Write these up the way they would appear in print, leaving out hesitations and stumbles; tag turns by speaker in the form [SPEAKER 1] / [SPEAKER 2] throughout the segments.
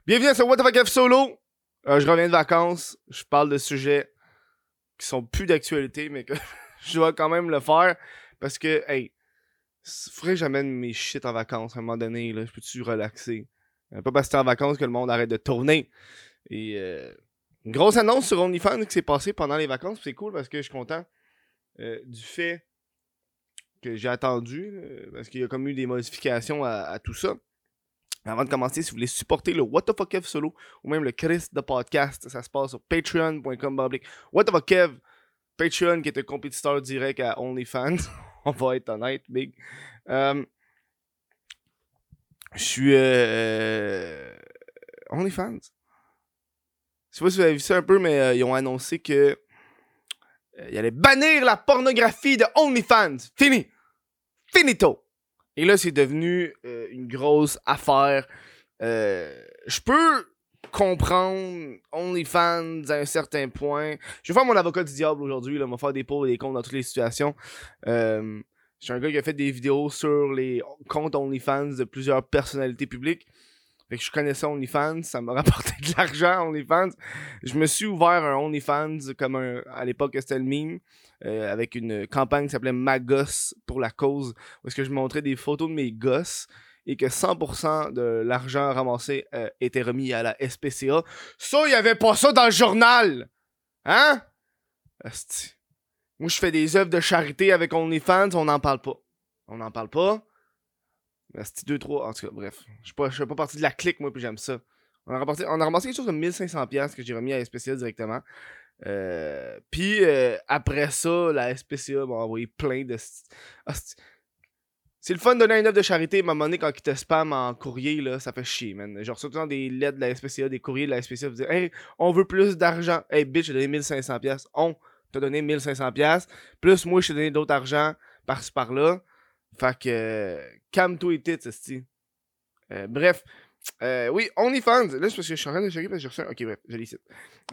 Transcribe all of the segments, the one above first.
[SPEAKER 1] Bienvenue à ce What the Fuck F solo. Je reviens de vacances. Je parle de sujets qui sont plus d'actualité, mais que je dois quand même le faire. Parce que, hey, faudrait que j'amène mes shit en vacances à un moment donné. Là, je peux-tu relaxer? Pas parce que t'es en vacances que le monde arrête de tourner. Et une grosse annonce sur OnlyFans qui s'est passée pendant les vacances. C'est cool parce que je suis content du fait que j'ai attendu. Parce qu'il y a comme eu des modifications à tout ça. Avant de commencer, si vous voulez supporter le What the Fuck Kev solo ou même le Chris de podcast, ça se passe sur patreon.com. What the Fuck Kev, Patreon qui est un compétiteur direct à OnlyFans. On va être honnête, big. Je suis OnlyFans. Je sais pas si vous avez vu ça un peu, mais ils ont annoncé que ils allaient bannir la pornographie de OnlyFans. Fini. Finito. Et là, c'est devenu une grosse affaire. Je peux comprendre OnlyFans à un certain point. Je vais faire mon avocat du diable aujourd'hui. Là, on va faire des pour et des contre dans toutes les situations. Je suis un gars qui a fait des vidéos sur les comptes OnlyFans de plusieurs personnalités publiques. Fait que je connaissais OnlyFans, ça m'a rapporté de l'argent OnlyFans. Je me suis ouvert un OnlyFans comme à l'époque c'était le meme, avec une campagne qui s'appelait Ma Gosse pour la cause, où est-ce que je montrais des photos de mes gosses et que 100% de l'argent ramassé était remis à la SPCA. Ça, il y avait pas ça dans le journal! Hein? Asti. Moi, je fais des œuvres de charité avec OnlyFans, on n'en parle pas. On n'en parle pas. C'était 2-3, en tout cas, bref. Je fais pas partie de la clique, moi, puis j'aime ça. On a ramassé quelque chose de 1500$ que j'ai remis à la SPCA directement. Puis après ça, la SPCA m'a envoyé plein de... C'est le fun de donner une œuvre de charité, mais à un moment donné, quand ils te spamment en courrier, là, ça fait chier, man. Genre, surtout dans des lettres de la SPCA, des courriers de la SPCA, vous dites « Hey, on veut plus d'argent. » Hey, bitch, j'ai donné 1500$. On t'a donné 1500$. Plus moi, je t'ai donné d'autres argent par-ci par-là. Fait que, calme-toi et tits, esti. Bref, oui, OnlyFans. Là, c'est parce que je suis en train de checker parce que j'ai reçu un... Ok, bref, je l'ai cite.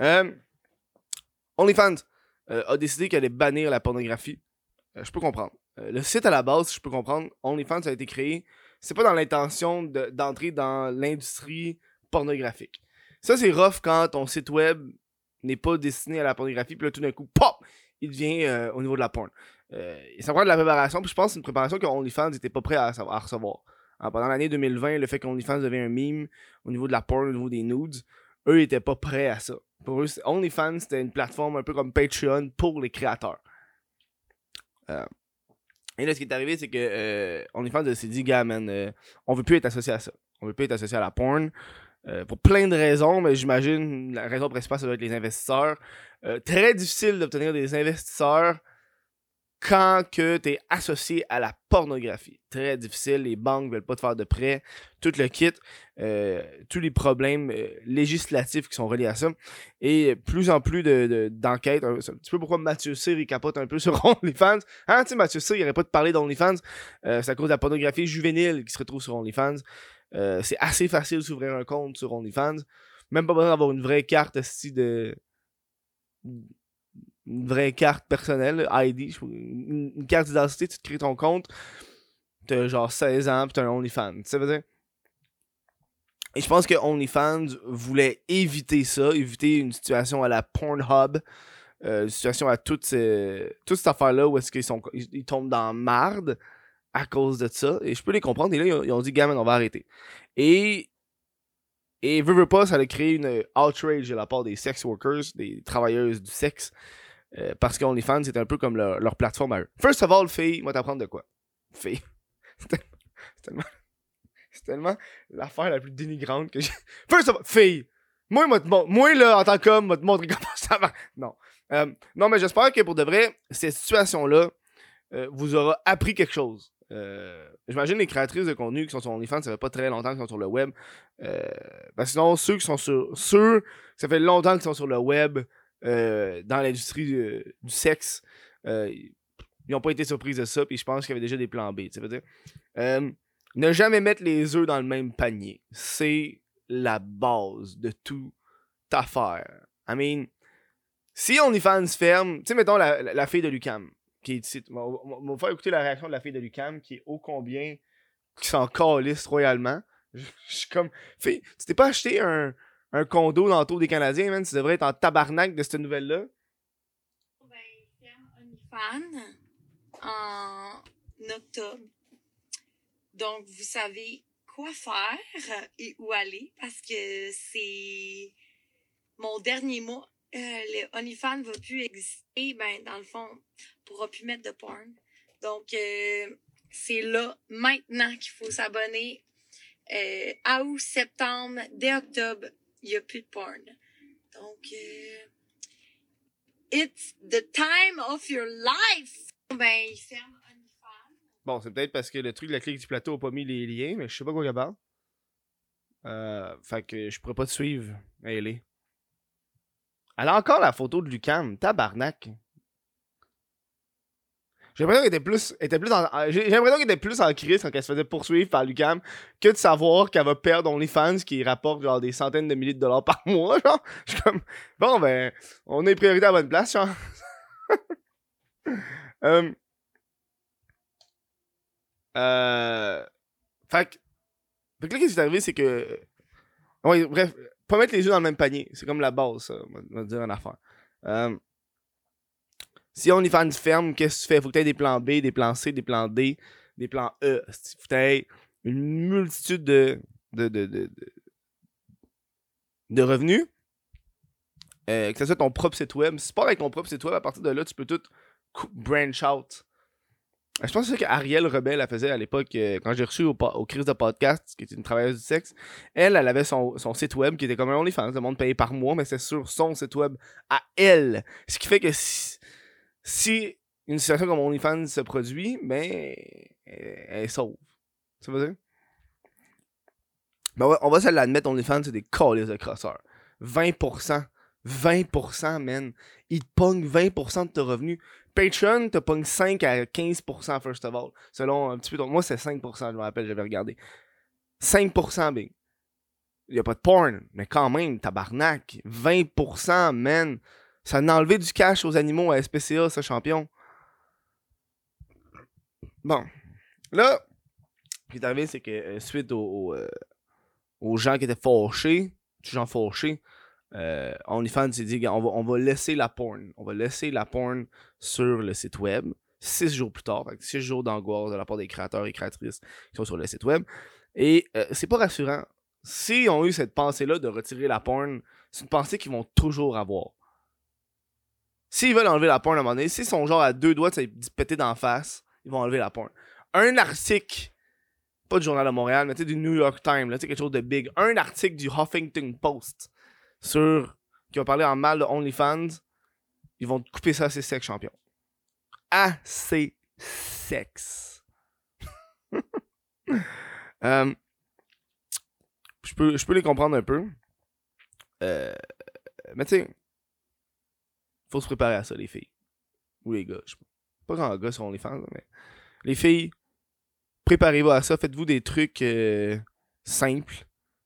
[SPEAKER 1] OnlyFans a décidé qu'elle allait bannir la pornographie. Je peux comprendre. Le site à la base, je peux comprendre. OnlyFans a été créé. C'est pas dans l'intention d'entrer dans l'industrie pornographique. Ça, c'est rough quand ton site web n'est pas destiné à la pornographie. Puis là, tout d'un coup, pop! Il devient au niveau de la porn. Ça prend de la préparation, puis je pense que c'est une préparation que OnlyFans n'était pas prêt à recevoir. Alors, pendant l'année 2020, le fait qu'OnlyFans devient un meme au niveau de la porn, au niveau des nudes, eux n'étaient pas prêts à ça. Pour eux, OnlyFans, c'était une plateforme un peu comme Patreon pour les créateurs. Et là, ce qui est arrivé, c'est que OnlyFans s'est dit, gars, man, on veut plus être associé à ça. On veut plus être associé à la porn. Pour plein de raisons, mais j'imagine la raison principale, ça doit être les investisseurs. Très difficile d'obtenir des investisseurs quand que t'es associé à la pornographie. Très difficile, les banques veulent pas te faire de prêts, tout le kit, tous les problèmes législatifs qui sont reliés à ça, et plus en plus d'enquêtes. C'est un petit peu pourquoi Mathieu Cyr, il capote un peu sur OnlyFans. Hein, tu sais, Mathieu Cyr, il aurait pas de parler d'OnlyFans, c'est à cause de la pornographie juvénile qui se retrouve sur OnlyFans. C'est assez facile d'ouvrir un compte sur OnlyFans. Même pas besoin d'avoir une vraie carte une vraie carte personnelle, ID, une carte d'identité, tu te crées ton compte, t'as genre 16 ans, pis t'as un OnlyFans, tu sais, veux dire? Et je pense que OnlyFans voulait éviter ça, éviter une situation à la Pornhub, une situation à toute cette affaire-là où est-ce qu'ils tombent dans marde à cause de ça, et je peux les comprendre, et là, ils ont dit, gamin, on va arrêter. Et veut pas, ça a créé une outrage de la part des sex workers, des travailleuses du sexe, parce qu'OnlyFans, c'est un peu comme leur plateforme à eux. First of all, fille, moi t'apprendre de quoi? Fille. C'est tellement l'affaire la plus dénigrante que j'ai. First of all, fille. Moi, là, en tant qu'homme, moi te montrer comment ça va. Non. Non, mais j'espère que pour de vrai, cette situation-là vous aura appris quelque chose. J'imagine les créatrices de contenu qui sont sur OnlyFans, ça fait pas très longtemps qu'ils sont sur le web. Sinon, ceux qui sont ça fait longtemps qu'ils sont sur le web, dans l'industrie du sexe, ils n'ont pas été surpris de ça, puis je pense qu'il y avait déjà des plans B. Tu veux dire, ne jamais mettre les œufs dans le même panier, c'est la base de toute affaire. I mean, si OnlyFans ferme, tu sais, mettons la fille de l'UQAM, qui est ici, on va faire écouter la réaction de la fille de l'UQAM, qui est ô combien qui s'en calisse royalement. Je suis comme, fille, tu t'es pas acheté un condo dans le tour des Canadiens, man? Tu devrais être en tabarnak de cette nouvelle-là.
[SPEAKER 2] Ben, ferme OnlyFans en octobre. Donc, vous savez quoi faire et où aller parce que c'est mon dernier mois. Le OnlyFans va plus exister. Ben, dans le fond, on pourra plus mettre de porn. Donc, c'est là, maintenant, qu'il faut s'abonner. À août, septembre, dès octobre, il n'y a plus de porn. Donc, it's the time of your life. Ben, il ferme OnlyFans.
[SPEAKER 1] Bon, c'est peut-être parce que le truc de la clique du plateau a pas mis les liens, mais je sais pas quoi il parle. Fait que je pourrais pas te suivre. Elle est. Elle a encore la photo de Lucam. Tabarnak. J'ai l'impression qu'elle était plus en crise quand elle se faisait poursuivre par Lucam que de savoir qu'elle va perdre OnlyFans qui rapporte genre des centaines de milliers de dollars par mois, genre. Je suis comme, bon ben, on est priorité à la bonne place, genre. Fait que là, qu'est-ce qui est arrivé, c'est que... Ouais, bref, pas mettre les yeux dans le même panier. C'est comme la base, ça, on va dire une affaire. Si OnlyFans ferme, qu'est-ce que tu fais? Faut que tu aies des plans B, des plans C, des plans D, des plans E. Faut que tu aies une multitude de revenus. Que ce soit ton propre site web. Si tu pars avec ton propre site web, à partir de là, tu peux tout branch out. Je pense que c'est ce qu'Ariel Rebelle elle faisait à l'époque, quand j'ai reçu au Chris de podcast, qui était une travailleuse du sexe. Elle avait son site web qui était comme un OnlyFans, le monde payé par mois, mais c'est sur son site web à elle. Ce qui fait que si une situation comme OnlyFans se produit, ben, elle est sauve. Ça veut dire? Ben ouais, on va se l'admettre, OnlyFans, c'est des calices de crosseurs. 20%. 20%, man. Ils te pognent 20% de tes revenus. Patreon te pogne 5 à 15% first of all. Selon un petit peu. Moi, c'est 5%, je me rappelle, j'avais regardé. 5%, big. Il n'y a pas de porn, mais quand même, tabarnak. 20%, man. Ça a enlevé du cash aux animaux à SPCA, ce champion. Bon. Là, ce qui est arrivé, c'est que suite aux gens qui étaient fâchés, OnlyFans s'est dit, on va laisser la porn. On va laisser la porn sur le site web 6 jours plus tard. Fait que 6 jours d'angoisse de la part des créateurs et créatrices qui sont sur le site web. Et c'est pas rassurant. S'ils ont eu cette pensée-là de retirer la porn, c'est une pensée qu'ils vont toujours avoir. S'ils veulent enlever la porn à un moment donné, s'ils sont genre à 2 doigts de se péter d'en face, ils vont enlever la porn. Un article, pas du Journal de Montréal, mais du New York Times, là, quelque chose de big. Un article du Huffington Post qui va parler en mal de OnlyFans, ils vont te couper ça assez sec, champion. Assez sexe. Je peux les comprendre un peu. Mais tu sais, faut se préparer à ça, les filles. Ou les gars. Je sais pas grand gars sur OnlyFans, mais les filles, préparez-vous à ça. Faites-vous des trucs simples.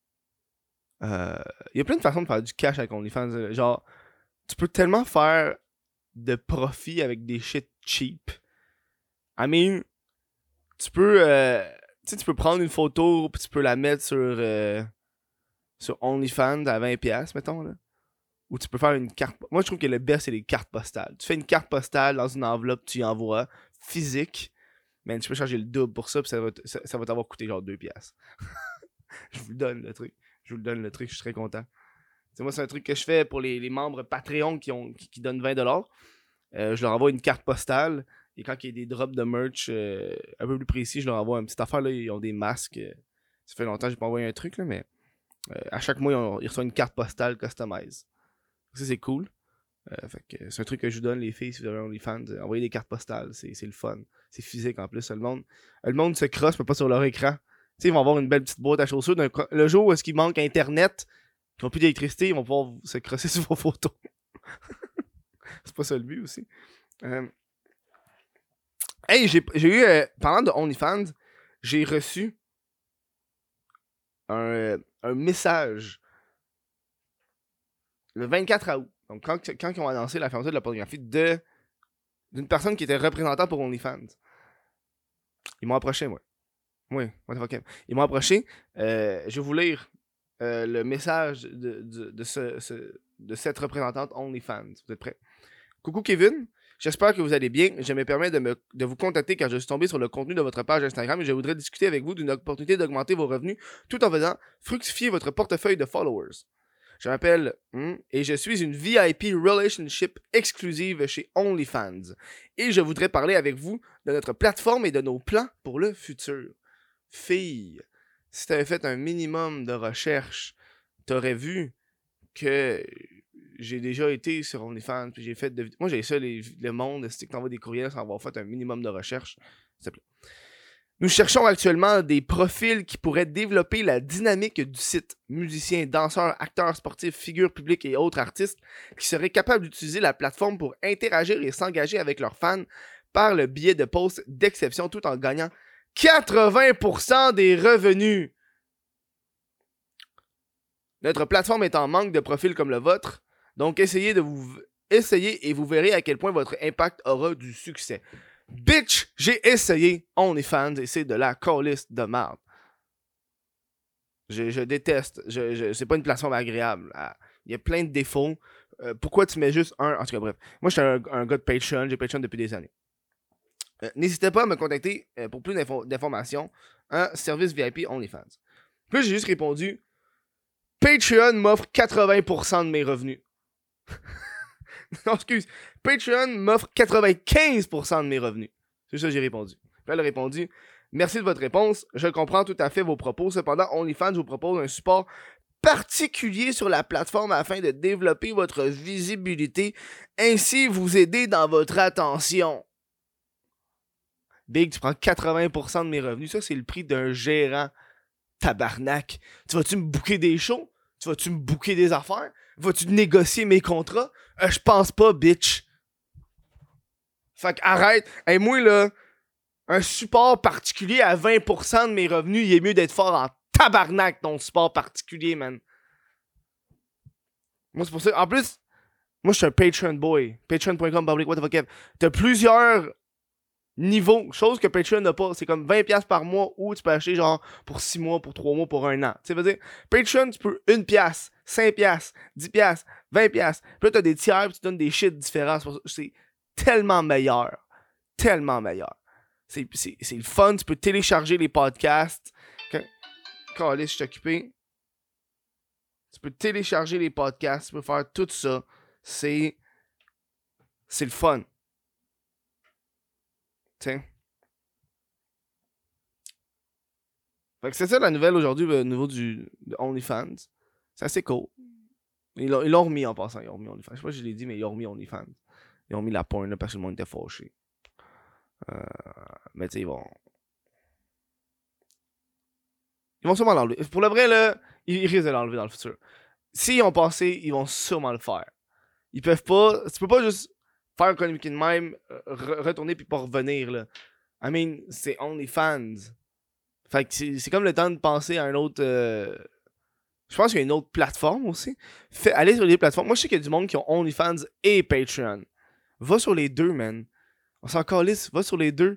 [SPEAKER 1] Il y a plein de façons de faire du cash avec OnlyFans. Genre, tu peux tellement faire de profit avec des shit cheap. I mean, tu peux prendre une photo puis tu peux la mettre sur OnlyFans à 20$, mettons, là. Ou tu peux faire une carte... Moi, je trouve que le best, c'est les cartes postales. Tu fais une carte postale dans une enveloppe, tu y envoies, physique. Mais tu peux charger le double pour ça, puis ça va t'avoir coûté genre 2$. Je vous le donne, le truc. Je suis très content. T'sais, moi, c'est un truc que je fais pour les membres Patreon qui donnent 20$. Je leur envoie une carte postale. Et quand il y a des drops de merch un peu plus précis, je leur envoie une petite affaire. Là, ils ont des masques. Ça fait longtemps que j'ai pas envoyé un truc, là, mais à chaque mois, ils reçoivent une carte postale customise. Ça, c'est cool. Fait que c'est un truc que je vous donne, les filles, si vous avez OnlyFans. Envoyez des cartes postales, c'est le fun. C'est physique en plus. Le monde se crosse, mais pas sur leur écran. T'sais, ils vont avoir une belle petite boîte à chaussures. Le jour où est-ce qu'il manque Internet, qu'ils n'ont plus d'électricité, ils vont pouvoir se crosser sur vos photos. C'est pas ça le but aussi. Hey, j'ai eu, parlant de OnlyFans, j'ai reçu un message le 24 août. Donc, quand ils ont annoncé la fermeture de la pornographie d'une personne qui était représentante pour OnlyFans. Ils m'ont approché, moi. Oui, what the fuck, Kev. Ils m'ont approché. Je vais vous lire le message de cette représentante OnlyFans. Vous êtes prêts? Coucou Kevin, j'espère que vous allez bien. Je me permets de vous contacter car je suis tombé sur le contenu de votre page Instagram et je voudrais discuter avec vous d'une opportunité d'augmenter vos revenus tout en faisant fructifier votre portefeuille de followers. Je m'appelle et je suis une VIP relationship exclusive chez OnlyFans. Et je voudrais parler avec vous de notre plateforme et de nos plans pour le futur. Fille, si tu avais fait un minimum de recherche, tu aurais vu que j'ai déjà été sur OnlyFans, puis j'ai fait de... Moi, j'ai ça, le monde, c'est que t'envoies des courriels sans avoir fait un minimum de recherche. S'il te plaît. Nous cherchons actuellement des profils qui pourraient développer la dynamique du site. Musiciens, danseurs, acteurs sportifs, figures publiques et autres artistes qui seraient capables d'utiliser la plateforme pour interagir et s'engager avec leurs fans par le biais de posts d'exception tout en gagnant 80% des revenus. Notre plateforme est en manque de profils comme le vôtre, donc essayez et vous verrez à quel point votre impact aura du succès. Bitch, j'ai essayé OnlyFans et c'est de la calisse de merde. Je déteste. C'est pas une plateforme agréable. Il y a plein de défauts. Pourquoi tu mets juste un... En tout cas, bref. Moi, je suis un gars de Patreon. J'ai Patreon depuis des années. N'hésitez pas à me contacter pour plus d'informations. Un service VIP OnlyFans. Puis j'ai juste répondu... Patreon m'offre 80% de mes revenus. Non, excuse. Patreon m'offre 95% de mes revenus. C'est ça que j'ai répondu. Puis elle a répondu, merci de votre réponse. Je comprends tout à fait vos propos. Cependant, OnlyFans vous propose un support particulier sur la plateforme afin de développer votre visibilité, ainsi vous aider dans votre attention. Big, tu prends 80% de mes revenus. Ça, c'est le prix d'un gérant. Tabarnak. Tu vas-tu me booker des shows? Tu vas-tu me booker des affaires? Vas-tu négocier mes contrats? Je pense pas, bitch. Fait que arrête. Hey, moi, là, un support particulier à 20% de mes revenus, il est mieux d'être fort en tabarnak, ton support particulier, man. Moi, c'est pour ça. En plus, moi, je suis un Patreon boy. Patreon.com, public, what the fuck. T'as plusieurs niveau, chose que Patreon n'a pas, c'est comme 20$ par mois ou tu peux acheter genre pour 6 mois, pour 3 mois, pour 1 an. Tu sais, veut dire, Patreon, tu peux 1$, 5$, 10$, 20$. Puis là, t'as des tiers, puis tu donnes des shit différents. C'est tellement meilleur. Tellement meilleur. C'est le fun, tu peux télécharger les podcasts. Calisse, je suis occupé. Tu peux télécharger les podcasts, tu peux faire tout ça. C'est le fun. Tiens. Fait que c'est ça la nouvelle aujourd'hui au niveau de OnlyFans. C'est assez cool. Ils l'ont remis en passant. Ils ont remis OnlyFans. Je sais pas si je l'ai dit, mais ils ont remis OnlyFans. Ils ont mis la porn là parce que le monde était fâché. Mais tu sais, ils vont sûrement l'enlever. Pour le vrai, là, ils risquent de l'enlever dans le futur. S'ils ont passé, ils vont sûrement le faire. Ils peuvent pas. Tu peux pas juste faire un communiqué de même, retourner puis pas revenir, là. I mean, c'est OnlyFans. Fait que c'est comme le temps de penser à un autre... Je pense qu'il y a une autre plateforme aussi. Allez sur les plateformes. Moi, je sais qu'il y a du monde qui ont OnlyFans et Patreon. Va sur les deux, man. On s'en calisse. Va sur les deux.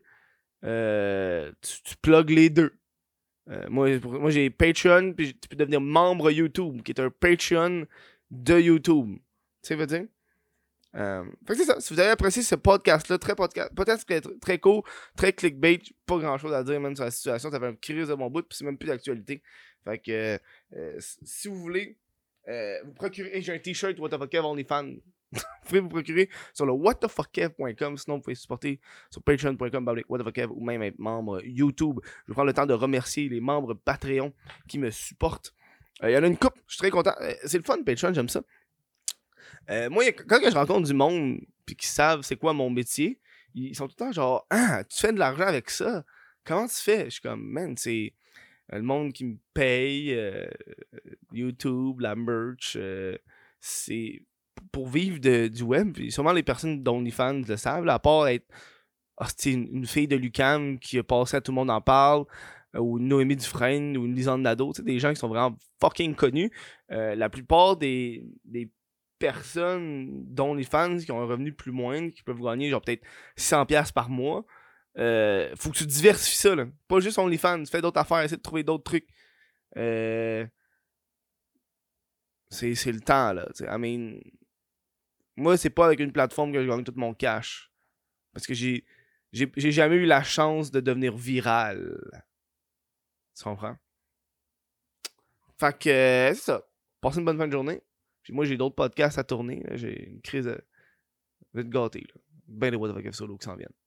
[SPEAKER 1] Tu plugs les deux. Moi, j'ai Patreon, puis tu peux devenir membre YouTube, qui est un Patreon de YouTube. Tu sais, veux dire? Fait que c'est ça. Si vous avez apprécié ce podcast-là, peut-être très court, très clickbait, pas grand-chose à dire même sur la situation. Ça fait un crise de mon bout, puis c'est même plus d'actualité. Fait que si vous voulez vous procurer, j'ai un t-shirt What the fuck Kev OnlyFans. Vous pouvez vous procurer sur le whatthefuckkev.com. Sinon, vous pouvez supporter sur patreon.com whatthefuckkev ou même être membre YouTube. Je vais prendre le temps de remercier les membres Patreon qui me supportent. Il y en a une couple, je suis très content. C'est le fun, Patreon, j'aime ça. Moi, quand je rencontre du monde puis qu'ils savent c'est quoi mon métier, ils sont tout le temps genre, ah, tu fais de l'argent avec ça? Comment tu fais? Je suis comme, man, c'est le monde qui me paye, YouTube, la merch, c'est pour vivre du web. Puis sûrement les personnes d'OnlyFans le savent, là, à part être une fille de l'UQAM qui a passé à Tout le monde en parle, ou Noémie Dufresne, ou Lisande Nadeau, des gens qui sont vraiment fucking connus. La plupart des personnes d'OnlyFans qui ont un revenu plus moindre, qui peuvent gagner genre peut-être 600$ par mois, Faut que tu diversifies ça, là. Pas juste OnlyFans, fais d'autres affaires, essaie de trouver d'autres trucs. C'est le temps, là. T'sais. I mean, moi, c'est pas avec une plateforme que je gagne tout mon cash. Parce que j'ai jamais eu la chance de devenir viral. Tu comprends? Fait que, c'est ça. Passez une bonne fin de journée. Puis moi, j'ai d'autres podcasts à tourner. Là. J'ai une crise de... Je vais te gâter, là. Ben des What the fuck solo qui s'en viennent.